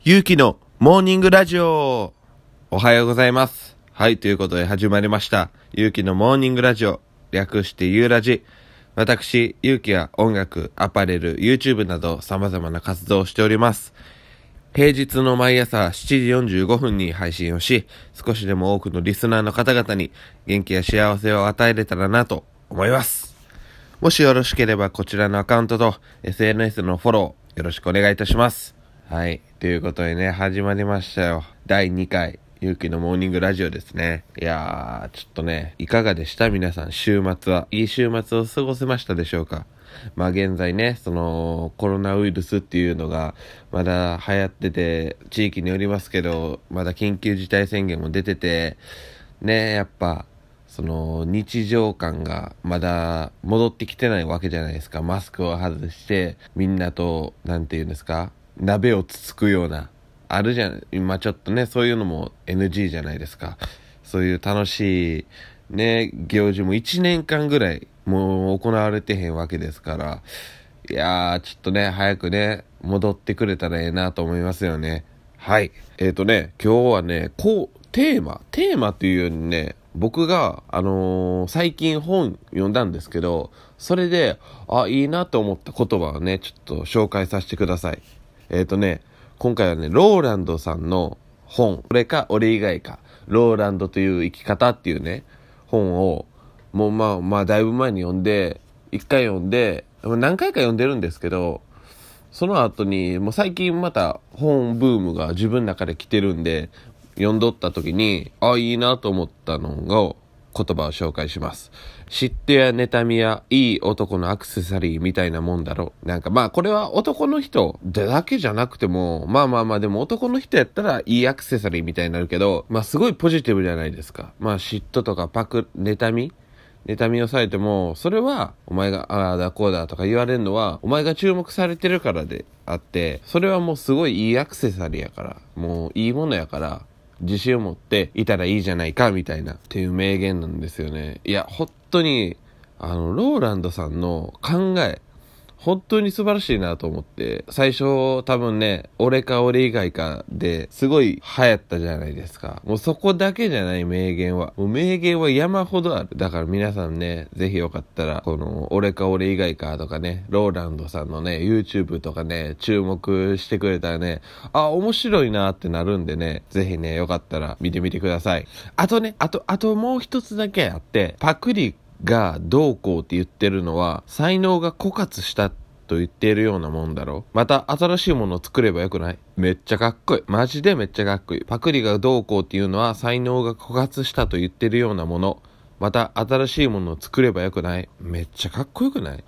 ゆうきのモーニングラジオ。おはようございます。はい、ということで始まりました。ゆうきのモーニングラジオ。略してゆうラジ。私、ゆうきは音楽、アパレル、YouTube など様々な活動をしております。平日の毎朝7時45分に配信をし、少しでも多くのリスナーの方々に元気や幸せを与えれたらなと思います。もしよろしければこちらのアカウントと SNS のフォローよろしくお願いいたします。はい。ということでね、始まりましたよ。第2回、ゆうきのモーニングラジオですね。いやー、ちょっとね、いかがでした皆さん、週末は。いい週末を過ごせましたでしょうか。まあ現在ね、コロナウイルスっていうのがまだ流行ってて、地域によりますけど、まだ緊急事態宣言も出てて、ね、やっぱ、日常感がまだ戻ってきてないわけじゃないですか。マスクを外して、みんなと、なんていうんですか、鍋をつつくような、あるじゃん。今ちょっとね、そういうのも NG じゃないですか。そういう楽しい、ね、行事も1年間ぐらい、もう行われてへんわけですから、いやー、ちょっとね、早くね、戻ってくれたらええなと思いますよね。はい。今日はね、テーマっていうよりね、僕が、最近本読んだんですけど、それで、いいなと思った言葉をね、ちょっと紹介させてください。今回はね、ローランドさんの本、俺か俺以外か、ローランドという生き方っていうね、本を、もうだいぶ前に読んで、一回読んで、何回か読んでるんですけど、その後に、もう最近また本ブームが自分の中で来てるんで、読んどった時に、いいなと思ったのを、言葉を紹介します。嫉妬や妬みやいい男のアクセサリーみたいなもんだろ。これは男の人だけじゃなくても、でも男の人やったらいいアクセサリーみたいになるけど、すごいポジティブじゃないですか。嫉妬とか妬みをされても、それはお前がああだこうだとか言われるのはお前が注目されてるからであって、それはもうすごいいいアクセサリーやから、もういいものやから自信を持っていたらいいじゃないかみたいなっていう名言なんですよね。いや本当にローランドさんの考え本当に素晴らしいなと思って、最初多分ね、俺か俺以外かですごい流行ったじゃないですか。もうそこだけじゃない名言は。もう名言は山ほどある。だから皆さんね、ぜひよかったら、俺か俺以外かとかね、ローランドさんのね、YouTube とかね、注目してくれたらね、面白いなってなるんでね、ぜひね、よかったら見てみてください。あともう一つだけあって、パクリがどうこうって言ってるのは才能が枯渇したと言っているようなもんだろ。また新しいものを作ればよくない？めっちゃかっこいい。マジでめっちゃかっこいい。パクリがどうこうっていうのは才能が枯渇したと言ってるようなもの。また新しいものを作ればよくない？めっちゃかっこよくない？例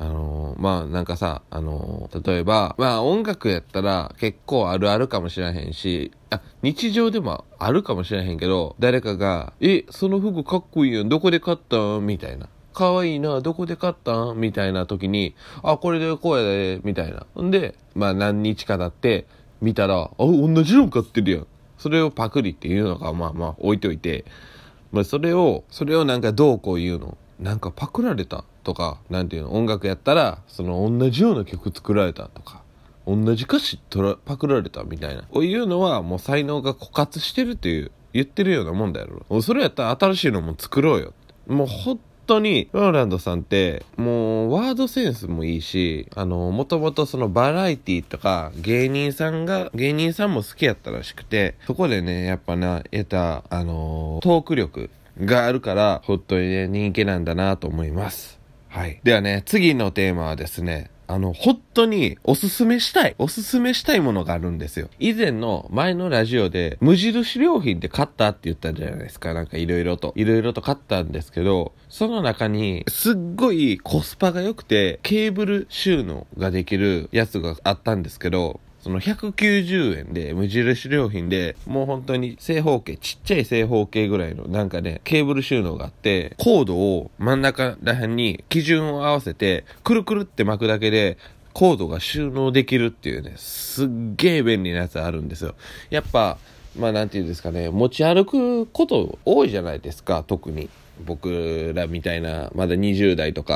えば音楽やったら結構あるあるかもしれへんし、日常でもあるかもしれへんけど、誰かがその服かっこいいやん、どこで買ったんみたいな、かわいいな、どこで買ったんみたいな時に、これでこうやでみたいな。んで何日か経って見たら、同じの買ってるやん。それをパクリっていうのが置いといて、それをなんかどうこう言うの、なんかパクられたとか、なんていうの、音楽やったら同じような曲作られたとか、同じ歌詞パクられたみたいな、こういうのはもう才能が枯渇してるっていう言ってるようなもんだよ。それやったら新しいのも作ろうよ。もう本当にローランドさんってもうワードセンスもいいし、もともとバラエティとか芸人さんも好きやったらしくて、そこでねやっぱ得たトーク力があるから本当にね人気なんだなと思います。はい。ではね、次のテーマはですね、本当におすすめしたいものがあるんですよ。前のラジオで無印良品で買ったって言ったじゃないですか。なんかいろいろと買ったんですけど、その中にすっごいコスパが良くてケーブル収納ができるやつがあったんですけど、190円で無印良品でもう本当にちっちゃい正方形ぐらいのなんかねケーブル収納があって、コードを真ん中ら辺に基準を合わせてくるくるって巻くだけでコードが収納できるっていうね、すっげー便利なやつあるんですよ。やっぱなんていうんですかね、持ち歩くこと多いじゃないですか。特に僕らみたいなまだ20代とか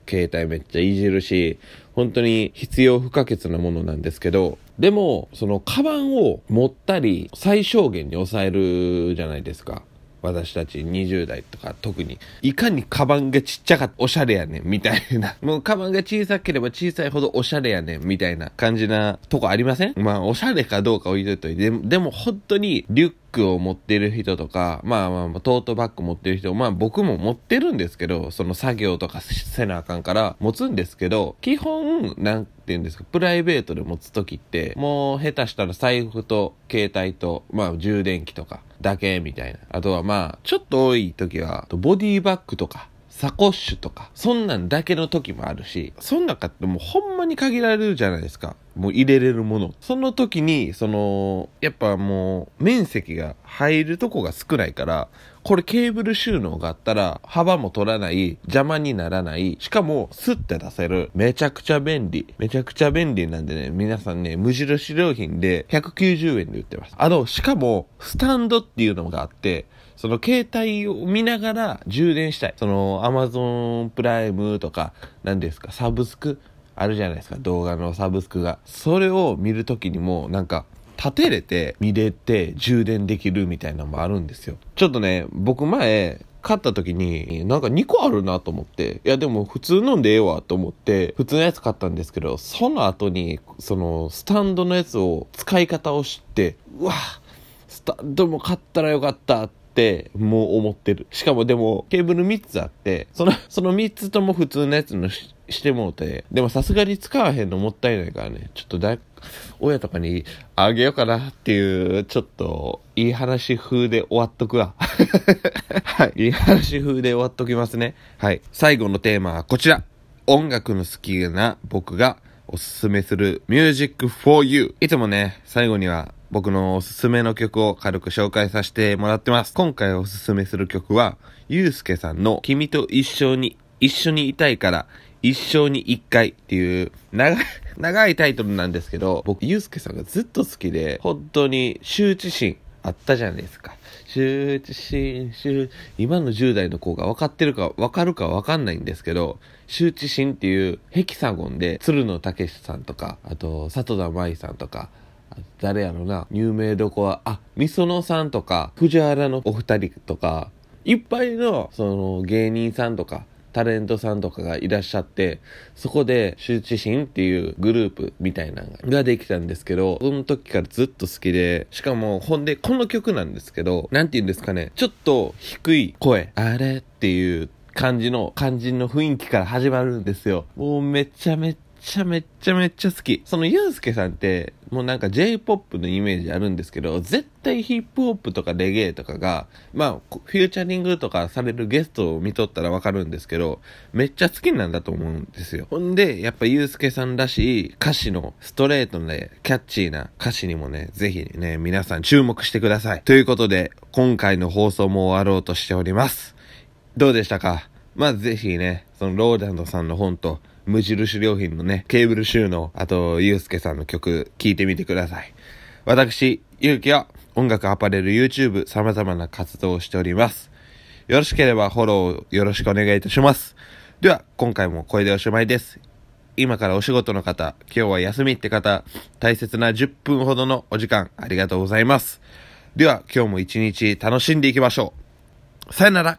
携帯めっちゃいじるし、本当に必要不可欠なものなんですけど、でも、そのカバンを持ったり、最小限に抑えるじゃないですか。私たち20代とか特に。いかにカバンがちっちゃかったおしゃれやねんみたいな。もうカバンが小さければ小さいほどおしゃれやねんみたいな感じなとこありません？まあおしゃれかどうか置いといといて。でも本当にリュックを持ってる人とか、まあトートバッグ持ってる人、まあ僕も持ってるんですけど、その作業とかせなあかんから持つんですけど、基本、なんて言うんですか、プライベートで持つときって、もう下手したら財布と携帯と、まあ充電器とかだけみたいな。あとはまあ、ちょっと多いときは、ボディバッグとか、サコッシュとか、そんなんだけの時もあるし、そん中ってもうほんまに限られるじゃないですか。もう入れれるもの。その時に、やっぱもう、面積が入るとこが少ないから、これケーブル収納があったら、幅も取らない、邪魔にならない、しかも、スッて出せる。めちゃくちゃ便利。めちゃくちゃ便利なんでね、皆さんね、無印良品で190円で売ってます。しかも、スタンドっていうのがあって、その携帯を見ながら充電したい。Amazon プライムとか、何ですか、サブスクあるじゃないですか、動画のサブスクが。それを見るときにも、立てれて、見れて、充電できるみたいなのもあるんですよ。ちょっとね、僕前、買った時に、2個あるなと思って、いやでも普通のんでええわと思って、普通のやつ買ったんですけど、その後に、スタンドのやつを使い方を知って、うわ、スタンドも買ったらよかったってもう思ってる。しかもでもケーブル3つあって、その3つとも普通のやつのしてもうて、でもさすがに使わへんのもったいないからね、ちょっと親とかにあげようかなっていう、ちょっといい話風で終わっとくわ。はい、いい話風で終わっときますね。はい、最後のテーマはこちら。音楽の好きな僕がおすすめする Music for You。 いつもね、最後には僕のおすすめの曲を軽く紹介させてもらってます。今回おすすめする曲は、ゆうすけさんの君と一緒にいたいから一生に一回っていう長いタイトルなんですけど、僕ゆうすけさんがずっと好きで、本当に羞恥心あったじゃないですか。羞恥心、今の10代の子が分かるか分かんないんですけど、羞恥心っていうヘキサゴンで鶴野武さんとか、あと里田舞さんとか、誰やろな、有名どこは、みそのさんとか、藤原のお二人とか、いっぱいの、芸人さんとか、タレントさんとかがいらっしゃって、そこで、羞恥心っていうグループみたいなのができたんですけど、その時からずっと好きで、しかも、この曲なんですけど、なんて言うんですかね、ちょっと低い声、あれっていう感じの雰囲気から始まるんですよ。もうめちゃめちゃ好き。ゆうすけさんって、もうJ-POP のイメージあるんですけど、絶対ヒップホップとかレゲエとかが、フューチャリングとかされるゲストを見とったらわかるんですけど、めっちゃ好きなんだと思うんですよ。ほんで、やっぱゆうすけさんらしい歌詞のストレートでキャッチーな歌詞にもね、ぜひね、皆さん注目してください。ということで、今回の放送も終わろうとしております。どうでしたか？ぜひね、ローランドさんの本と、無印良品のね、ケーブル収納、あと、ゆうすけさんの曲、聴いてみてください。私、ゆうきは、音楽アパレル YouTube、様々な活動をしております。よろしければフォローよろしくお願いいたします。では、今回もこれでおしまいです。今からお仕事の方、今日は休みって方、大切な10分ほどのお時間、ありがとうございます。では、今日も一日楽しんでいきましょう。さよなら。